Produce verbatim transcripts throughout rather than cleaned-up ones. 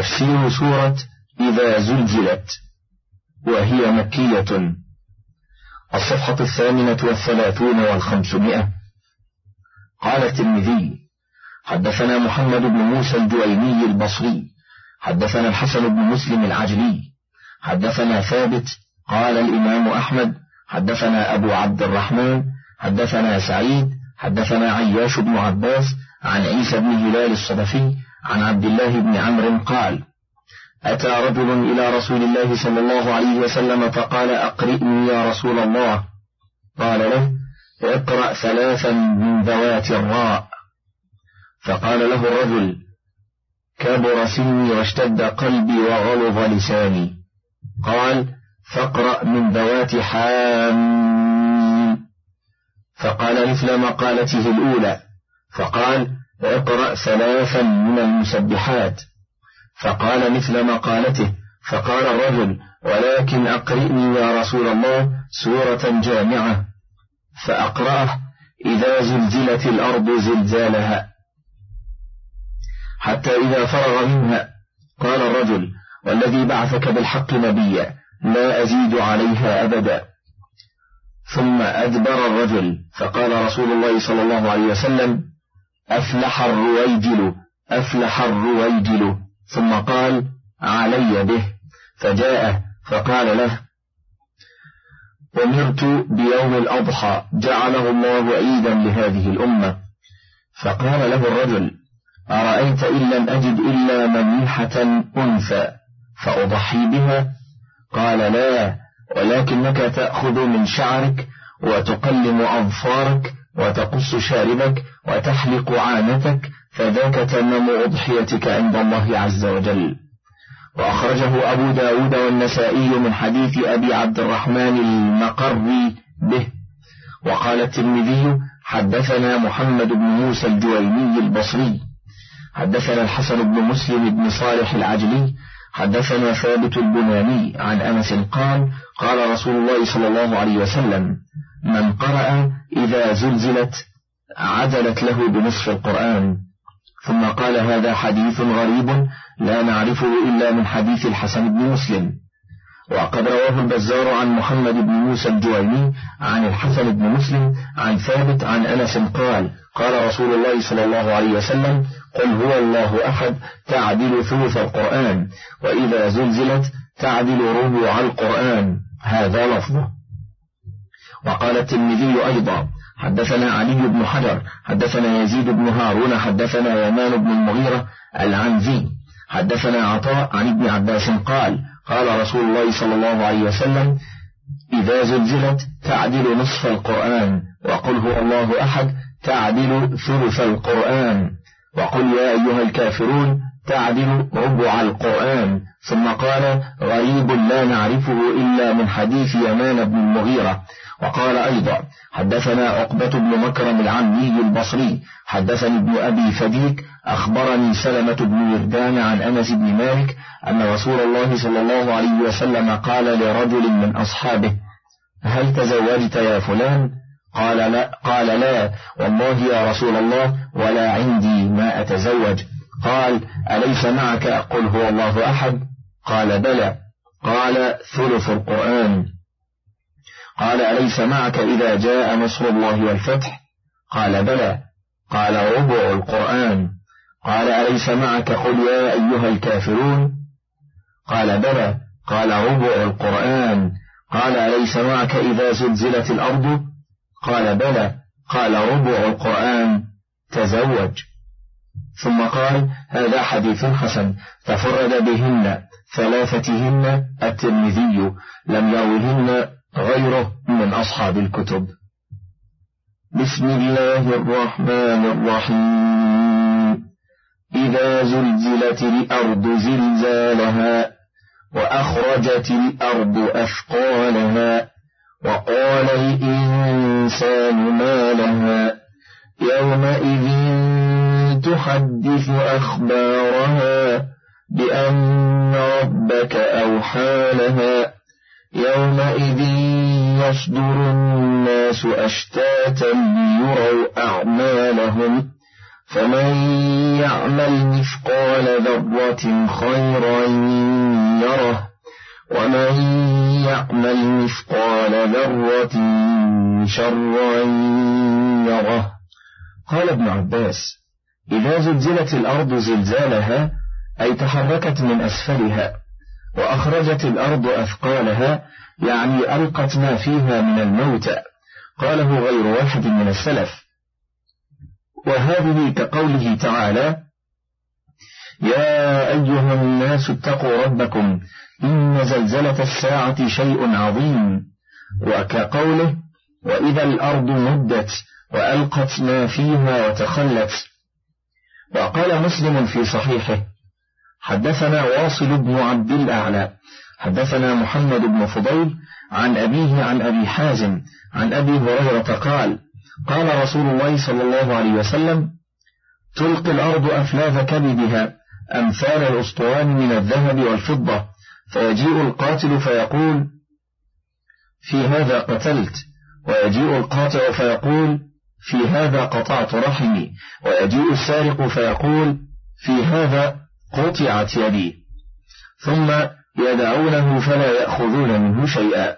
تفسير سورة إذا زلزلت، وهي مكية. الصفحة الثامنة والثلاثون والخمسمائة. قال الترمذي: حدثنا محمد بن موسى الجويني البصري حدثنا الحسن بن مسلم العجلي حدثنا ثابت قال الإمام أحمد حدثنا أبو عبد الرحمن حدثنا سعيد حدثنا عياش بن عباس عن عيسى بن هلال الصدفي عن عبد الله بن عمرو قال: أتى رجل إلى رسول الله صلى الله عليه وسلم فقال: أقرئني يا رسول الله. قال له: اقرأ ثلاثا من ذوات الراء. فقال له الرجل: كبر سني واشتد قلبي وغلظ لساني. قال: فاقرأ من ذوات حام. فقال مثل مقالته الأولى. فقال: اقرأ ثلاثا من المسبحات. فقال مثل مقالته. فقال الرجل: ولكن أقرئني يا رسول الله سورة جامعة. فأقرأه: إذا زلزلت الأرض زلزالها، حتى إذا فرغ منها قال الرجل: والذي بعثك بالحق نبيا لا أزيد عليها أبدا. ثم أدبر الرجل. فقال رسول الله صلى الله عليه وسلم: أفلح الرويجل أفلح الرويجل. ثم قال: علي به. فجاء فقال له: أمرت بيوم الأضحى جعله الله عيدا لهذه الأمة. فقال له الرجل: أرأيت إن لم أجد إلا منيحة أنثى فأضحي بها؟ قال: لا، ولكنك تأخذ من شعرك وتقلم أظفارك وتقص شاربك وتحلق عانتك، فذاك تمام أضحيتك عند الله عز وجل. وأخرجه أبو داود والنسائي من حديث أبي عبد الرحمن المقري به. وقال الترمذي: حدثنا محمد بن موسى الجويني البصري حدثنا الحسن بن مسلم بن صالح العجلي حدثنا ثابت البناني عن أنس قال: قال رسول الله صلى الله عليه وسلم: من قرأ إذا زلزلت عدلت له بنصف القرآن. ثم قال: هذا حديث غريب لا نعرفه إلا من حديث الحسن بن مسلم. وقد رواه البزار عن محمد بن موسى الجويني عن الحسن بن مسلم عن ثابت عن أنس قال: قال رسول الله صلى الله عليه وسلم: قل هو الله أحد تعدل ثلث القرآن، وإذا زلزلت تعدل ربع القرآن. هذا لفظه. وقال الترمذي أيضا: حدثنا علي بن حجر حدثنا يزيد بن هارون حدثنا يمان بن المغيرة العنزي حدثنا عطاء عن ابن عباس قال: قال رسول الله صلى الله عليه وسلم: إذا زلزلت تعدل نصف القرآن، وقل هو الله أحد تعدل ثلث القرآن، وقل يا أيها الكافرون تعدل ربع القرآن. ثم قال: غريب لا نعرفه إلا من حديث يمان بن المغيرة. وقال أيضا: حدثنا عقبة بن مكرم العمي البصري حدثني ابن أبي فديك أخبرني سلمة بن وردان عن أنس بن مالك أن رسول الله صلى الله عليه وسلم قال لرجل من أصحابه: هل تزوجت يا فلان؟ قال لا, قال لا والله يا رسول الله، ولا عندي ما أتزوج. قال: أليس معك قل هو الله أحد؟ قال: بلى. قال: ثلث القرآن. قال: أليس معك إذا جاء نصر الله والفتح؟ قال: بلى. قال: ربع القرآن. قال: أليس معك قل يا أيها الكافرون؟ قال: بلى. قال: ربع القرآن. قال: أليس معك إذا زلزلت الأرض؟ قال: بلى. قال: ربع القرآن. تزوج. ثم قال: هذا حديث حسن تفرد بهن ثلاثتهن الترمذي، لم يروهن غيره من أصحاب الكتب. بسم الله الرحمن الرحيم. إذا زلزلت الأرض زلزالها وأخرجت الأرض أثقالها وقال الإنسان ما لها يومئذ تحدث أخبارها بأن ربك أوحى لها يومئذ يصدر الناس أشتاتا ليروا أعمالهم فمن يعمل مثقال ذرة خيرا يره ومن يعمل مثقال ذرة شرا يره. قال ابن عباس: إذا زلزلت الأرض زلزالها أي تحركت من أسفلها، وأخرجت الأرض أثقالها يعني ألقت ما فيها من الموتى. قاله غير واحد من السلف. وهذه كقوله تعالى: يا أيها الناس اتقوا ربكم إن زلزلة الساعة شيء عظيم، وكقوله: وإذا الأرض مدت وألقت ما فيها وتخلت. وقال مسلم في صحيحه: حدثنا واصل بن عبد الأعلى حدثنا محمد بن فضيل عن أبيه عن أبي حازم عن أبي هريرة قال: قال رسول الله صلى الله عليه وسلم: تلقي الأرض أفلاذ كبدها أمثال الأسطوان من الذهب والفضة، فيجيء القاتل فيقول: في هذا قتلت، ويجيء القاطع فيقول: في هذا قطعت رحمي، ويجيء السارق فيقول: في هذا قطعت يدي، ثم يدعونه فلا يأخذون منه شيئا.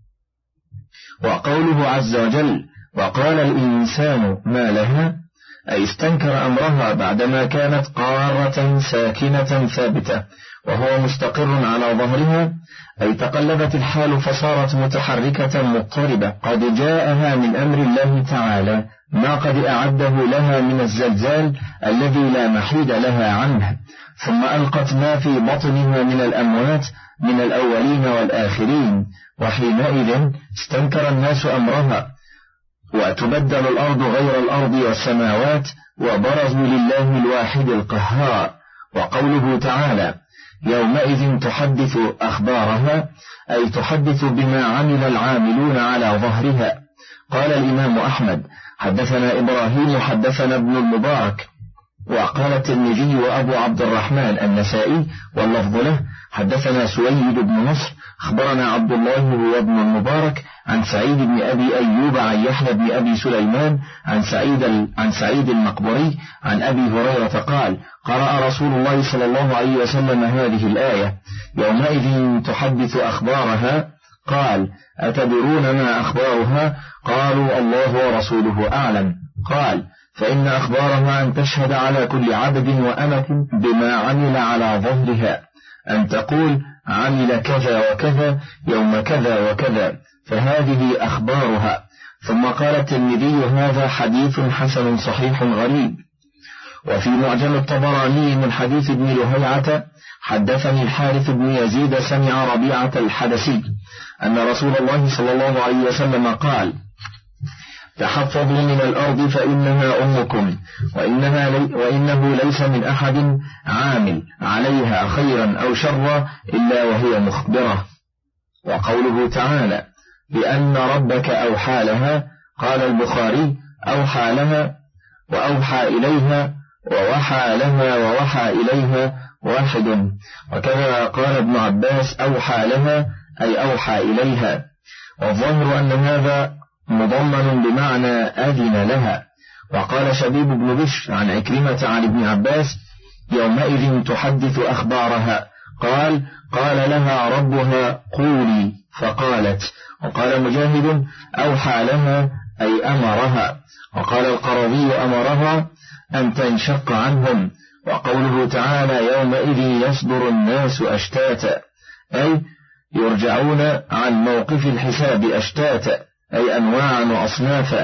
وقوله عز وجل: وقال الإنسان ما لها، أي استنكر أمرها بعدما كانت قارة ساكنة ثابتة وهو مستقر على ظهرها، أي تقلبت الحال فصارت متحركة مضطربة، قد جاءها من أمر الله تعالى ما قد أعده لها من الزلزال الذي لا محيد لها عنه، ثم ألقت ما في بطنها من الأموات من الأولين والآخرين، وحينئذ استنكر الناس أمرها، وتبدل الأرض غير الأرض والسماوات، وبرزوا لله الواحد القهار. وقوله تعالى: يومئذ تحدث أخبارها، أي تحدث بما عمل العاملون على ظهرها. قال الإمام أحمد: حدثنا إبراهيم حدثنا ابن المبارك. وقال الترمذي وأبو عبد الرحمن النسائي واللفظ له: حدثنا سويد بن نصر أخبرنا عبد الله هو ابن المبارك عن سعيد بن أبي أيوب عن يحيى بن أبي سليمان عن سعيد عن سعيد المقبري عن أبي هريرة قال: قرأ رسول الله صلى الله عليه وسلم هذه الآية: يومئذ تحدث أخبارها. قال: أتدرون ما أخبارها؟ قالوا: الله ورسوله أعلم. قال: فإن أخبارها أن تشهد على كل عبد وأمة بما عمل على ظهرها، أن تقول: عمل كذا وكذا يوم كذا وكذا، فهذه أخبارها. ثم قال الترمذي: هذا حديث حسن صحيح غريب. وفي معجم الطبراني من حديث ابن لهيعة: حدثني الحارث بن يزيد سمع ربيعة الحدثي أن رسول الله صلى الله عليه وسلم قال: تحفظوا من الأرض فإنها أمكم، وإنها لي وإنه ليس من أحد عامل عليها خيرا أو شرا إلا وهي مخبرة. وقوله تعالى: بأن ربك أوحى لها، قال البخاري: أوحى لها وأوحى إليها ووحى لها ووحى إليها واحد. وكذا قال ابن عباس: أوحى لها أي أوحى إليها. والظاهر أن هذا مضمن بمعنى أذن لها. وقال شبيب بن بشر عن عكرمة عن ابن عباس: يومئذ تحدث أخبارها. قال: قال لها ربها قولي فقالت. وقال مجاهد: أوحى لها أي أمرها. وقال القرضي: أمرها أن تنشق عنهم. وقوله تعالى: يومئذ يصدر الناس أشتاتا، أي يرجعون عن موقف الحساب أشتاتا، أي أنواعا وأصنافا،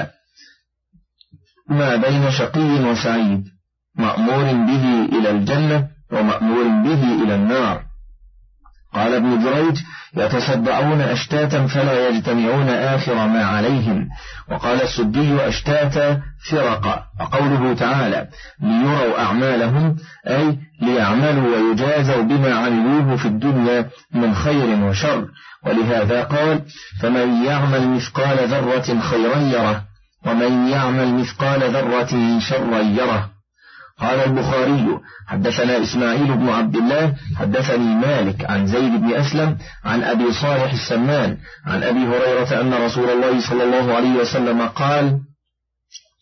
ما بين شقي وسعيد، مأمور به إلى الجنة ومأمور به إلى النار. قال ابن جريج: يتصدعون أشتاتا فلا يجتمعون آخر ما عليهم. وقال السدي: أشتاتا فرقا. وقوله تعالى: ليروا أعمالهم، أي ليعملوا ويجازوا بما عملوه في الدنيا من خير وشر. ولهذا قال: فمن يعمل مثقال ذرة خيرا يره ومن يعمل مثقال ذرة شرا يره. قال البخاري: حدثنا إسماعيل بن عبد الله حدثني مالك عن زيد بن أسلم عن أبي صالح السمان عن أبي هريرة أن رسول الله صلى الله عليه وسلم قال: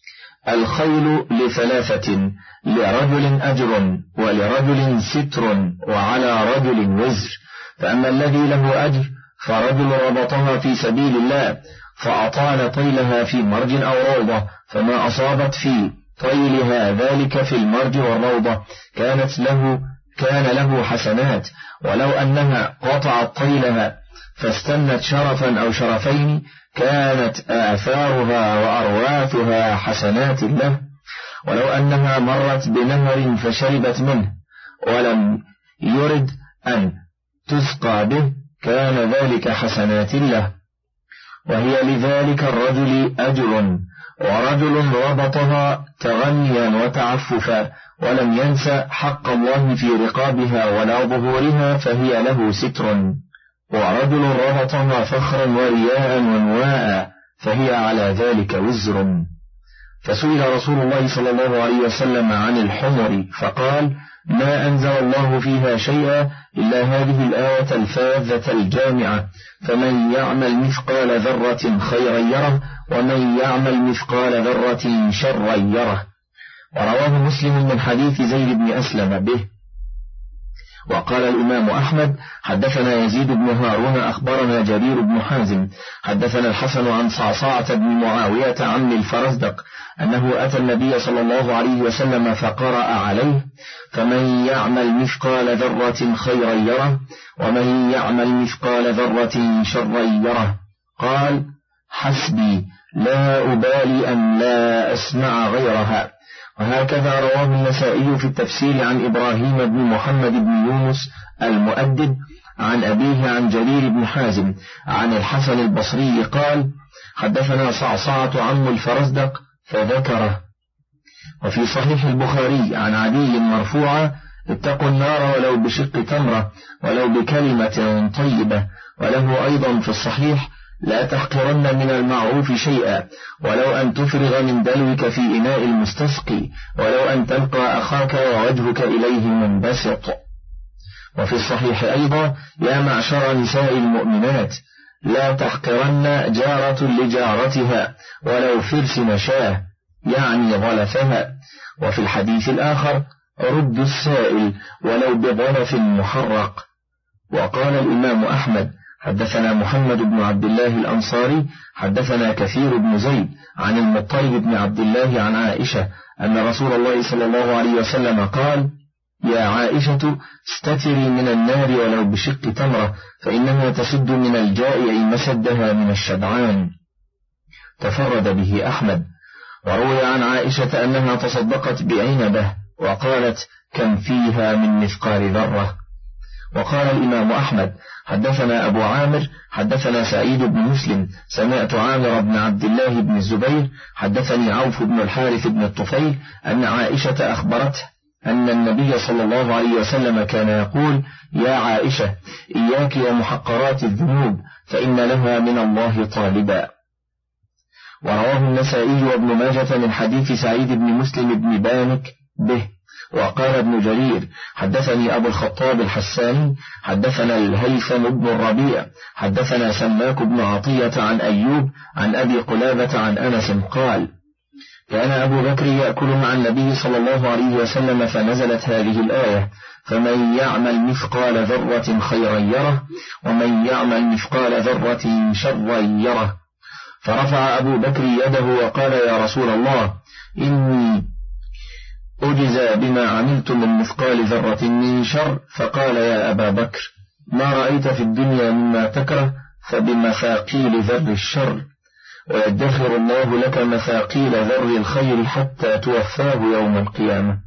الخيل لثلاثة: لرجل أجر، ولرجل ستر، وعلى رجل وزر. فأما الذي له أجر فرجل ربطها في سبيل الله فأطال طيلها في مرج أو روضة، فما أصابت في طيلها ذلك في المرج والروضة كانت له كان له حسنات، ولو أنها قطعت طيلها فاستنت شرفا أو شرفين كانت آثارها وأرواثها حسنات له. ولو أنها مرت بنهر فشربت منه ولم يرد أن تسقى به كان ذلك حسنات له. وهي لذلك الرجل أجر. ورجل ربطها تغنيا وتعففا ولم ينس حق الله في رقابها ولا ظهورها فهي له ستر. ورجل ربطها فخرا ورياء ونواء فهي على ذلك وزر. فسئل رسول الله صلى الله عليه وسلم عن الحمر فقال: ما أنزل الله فيها شيئا إلا هذه الآية الفاذة الجامعة: فمن يعمل مثقال ذرة خيرا يره ومن يعمل مثقال ذرة شرا يره. ورواه مسلم من حديث زيد بن أسلم به. وقال الإمام أحمد: حدثنا يزيد بن هارون أخبرنا جرير بن حازم حدثنا الحسن عن صعصعة بن معاوية عم الفرزدق أنه أتى النبي صلى الله عليه وسلم فقرأ عليه: فمن يعمل مثقال ذرة خيرا يره ومن يعمل مثقال ذرة شرا يره. قال: حسبي، لا أبالي أن لا أسمع غيرها. وهكذا رواه النسائي في التفسير عن إبراهيم بن محمد بن يونس المؤدب عن أبيه عن جرير بن حازم عن الحسن البصري قال: حدثنا صعصعة عم الفرزدق فذكره. وفي صحيح البخاري عن علي مرفوعا: اتقوا النار ولو بشق تمرة ولو بكلمة طيبة. وله أيضا في الصحيح: لا تحقرن من المعروف شيئا ولو أن تفرغ من دلوك في إناء المستسقي ولو أن تلقى أخاك ووجهك إليه منبسط. وفي الصحيح أيضا: يا معشر نساء المؤمنات لا تحقرن جارة لجارتها ولو فرس نشاه، يعني غلفها. وفي الحديث الآخر: رد السائل ولو بظلف محرق. وقال الإمام أحمد: حدثنا محمد بن عبد الله الأنصاري حدثنا كثير بن زيد عن المطلب بن عبد الله عن عائشة أن رسول الله صلى الله عليه وسلم قال: يا عائشة استتري من النار ولو بشق تمرة فإنها تسد من الجائع مسدها من الشبعان. تفرد به أحمد. وروي عن عائشة أنها تصدقت بعنبة وقالت: كم فيها من مثقال ذرة. وقال الإمام أحمد: حدثنا أبو عامر حدثنا سعيد بن مسلم سمعت عامر بن عبد الله بن الزبير حدثني عوف بن الحارث بن الطفيل أن عائشة أخبرته أن النبي صلى الله عليه وسلم كان يقول: يا عائشة إياك ومحقرات الذنوب فإن لها من الله طالبا. ورواه النسائي وابن ماجة من حديث سعيد بن مسلم بن بانك به. وقال ابن جرير: حدثني أبو الخطاب الحساني حدثنا الهيثم بن الربيع حدثنا سماك بن عطية عن أيوب عن أبي قلابة عن أنس قال: كان أبو بكر يأكل مع النبي صلى الله عليه وسلم فنزلت هذه الآية: فمن يعمل مثقال ذرة خيرا يره ومن يعمل مثقال ذرة شرا يره. فرفع أبو بكر يده وقال: يا رسول الله، إني أجزى بما عملت من مثقال ذرة من شر. فقال: يا أبا بكر، ما رأيت في الدنيا مما تكره فبمثاقيل ذر الشر، ويدخر الله لك مثاقيل ذر الخير حتى توفاه يوم القيامة.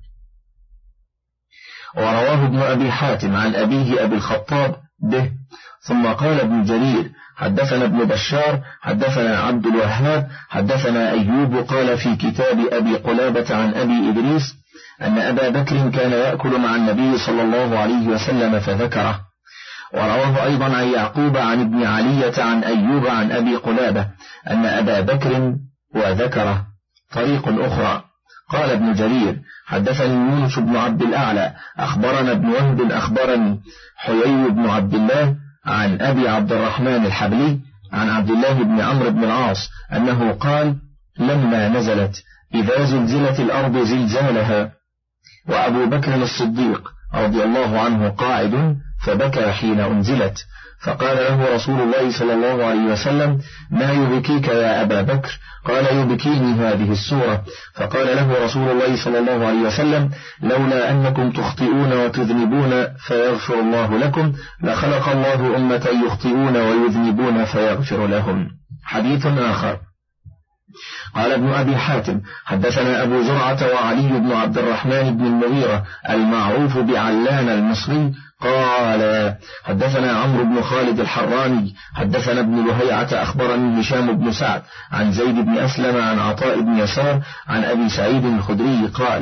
ورواه ابن أبي حاتم عن أبيه أبي الخطاب به. ثم قال ابن جرير: حدثنا ابن بشار حدثنا عبد الوهاب حدثنا أيوب قال في كتاب أبي قلابة عن أبي إدريس أن أبا بكر كان يأكل مع النبي صلى الله عليه وسلم فذكره. ورواه أيضا عن يعقوب عن ابن علية عن أيوب عن أبي قلابة أن أبا بكر وذكره. طريق أخرى. قال ابن جرير: حدثني يونس بن عبد الأعلى أخبرنا ابن وهب أخبرني حيي بن عبد الله عن أبي عبد الرحمن الحبلي عن عبد الله بن عمرو بن العاص أنه قال: لما نزلت إذا زلزلت الأرض زلزالها. وأبو بكر الصديق رضي الله عنه قاعد فبكى حين أنزلت، فقال له رسول الله صلى الله عليه وسلم: ما يبكيك يا أبا بكر؟ قال: يبكيني هذه السورة. فقال له رسول الله صلى الله عليه وسلم: لولا أنكم تخطئون وتذنبون فيغفر الله لكم لخلق الله أمة يخطئون ويذنبون فيغفر لهم. حديث آخر. قال ابن أبي حاتم: حدثنا أبو زرعة وعلي بن عبد الرحمن بن المغيرة المعروف بعلان المصري قال: حدثنا عمرو بن خالد الحراني حدثنا ابن لهيعة أخبرني هشام بن سعد عن زيد بن أسلم عن عطاء بن يسار عن أبي سعيد الخدري قال: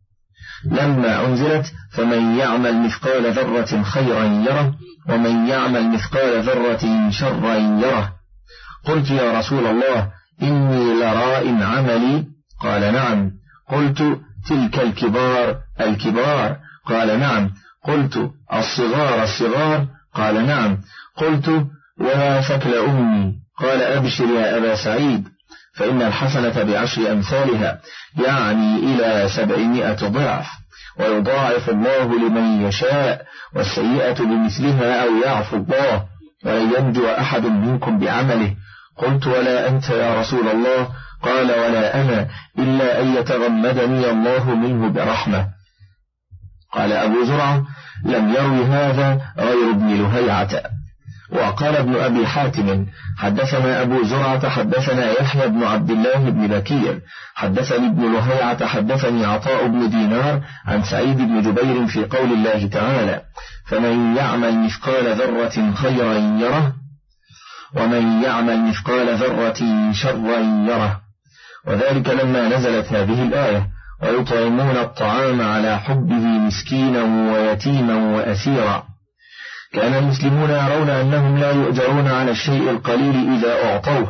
لما أنزلت: فمن يعمل مثقال ذرة خيرا يره ومن يعمل مثقال ذرة شرا يره. قلت: يا رسول الله، إني لراء عملي. قال: نعم. قلت: تلك الكبار الكبار؟ قال: نعم. قلت: الصغار الصغار؟ قال: نعم. قلت: ولا ثكل أمي؟ قال: أبشر يا أبا سعيد، فإن الحسنة بعشر أمثالها، يعني إلى سبعمائة ضعف، ويضاعف الله لمن يشاء، والسيئة بمثلها أو يعفو الله، ولن ينجو أحد منكم بعمله. قلت: ولا أنت يا رسول الله؟ قال: ولا أنا، إلا أن يتغمدني الله منه برحمة. قال أبو زرعة: لم يروي هذا غير ابن لهيعة. وقال ابن أبي حاتم: حدثنا أبو زرعة حدثنا يحيى بن عبد الله بن بكير حدثني ابن لهيعة حدثني عطاء بن دينار عن سعيد بن جبير في قول الله تعالى: فمن يعمل مثقال ذرة خيرا يره ومن يعمل مثقال ذرة شرا يره. وذلك لما نزلت هذه الآية: ويطعمون الطعام على حبه مسكينا ويتيما وأسيرا. كان المسلمون يرون أنهم لا يؤجرون على الشيء القليل إذا أعطوه،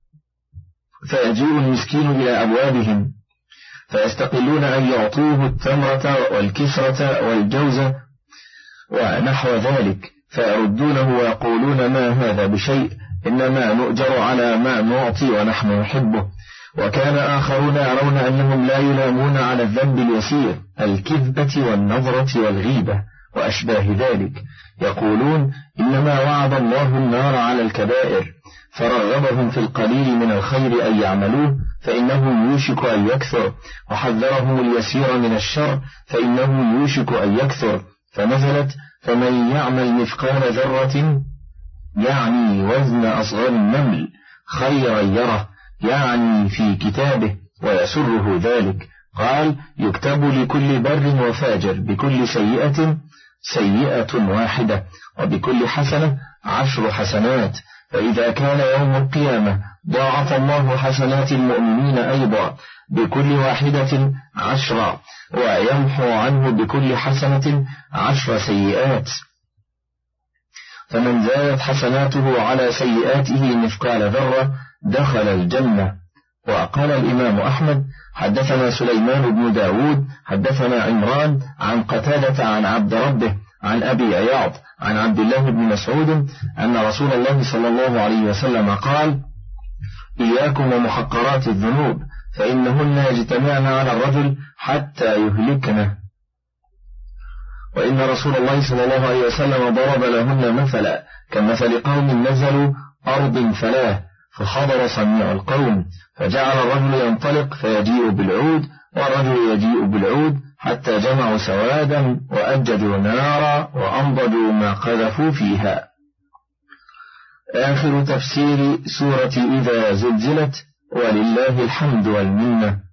فيجيء المسكين إلى أبوابهم فيستقلون أن يعطوه التمرة والكسرة والجوزة ونحو ذلك، فيردونه ويقولون: ما هذا بشيء، إنما نؤجر على ما نعطي ونحن نحبه. وكان آخرون يرون أنهم لا يلامون على الذنب اليسير، الكذبة والنظرة والغيبة وأشباه ذلك، يقولون: إنما وعد الله النار على الكبائر، فرغبهم في القليل من الخير أن يعملوه فإنه يوشك أن يكثر، وحذرهم اليسير من الشر فإنه يوشك أن يكثر، فنزلت: فمن يعمل مثقال ذرة، يعني وزن أصغر النمل، خيرا يره، يعني في كتابه ويسره ذلك. قال: يكتب لكل بر وفاجر بكل سيئة سيئة واحدة، وبكل حسنة عشر حسنات، فإذا كان يوم القيامة ضاعف الله حسنات المؤمنين أيضا بكل واحدة عشرا، ويمحو عنه بكل حسنة عشر سيئات. فمن زادت حسناته على سيئاته مثقال ذرة دخل الجنة. وقال الإمام أحمد: حدثنا سليمان بن داود حدثنا عمران عن قتادة عن عبد ربه عن أبي عياض عن عبد الله بن مسعود أن رسول الله صلى الله عليه وسلم قال: إياكم ومحقرات الذنوب، فإنهن يجتمعن على الرجل حتى يهلكنه. وإن رسول الله صلى الله عليه وسلم ضرب لهن مثلا كمثل قوم نزلوا أرض فلاه، فحضر سميع القوم، فجعل الرجل ينطلق فيجيء بالعود، والرجل يجيء بالعود، حتى جمعوا سوادا وأججوا نارا وأنضجوا ما قذفوا فيها. آخر تفسير سورة إذا زلزلت، ولله الحمد والمنة.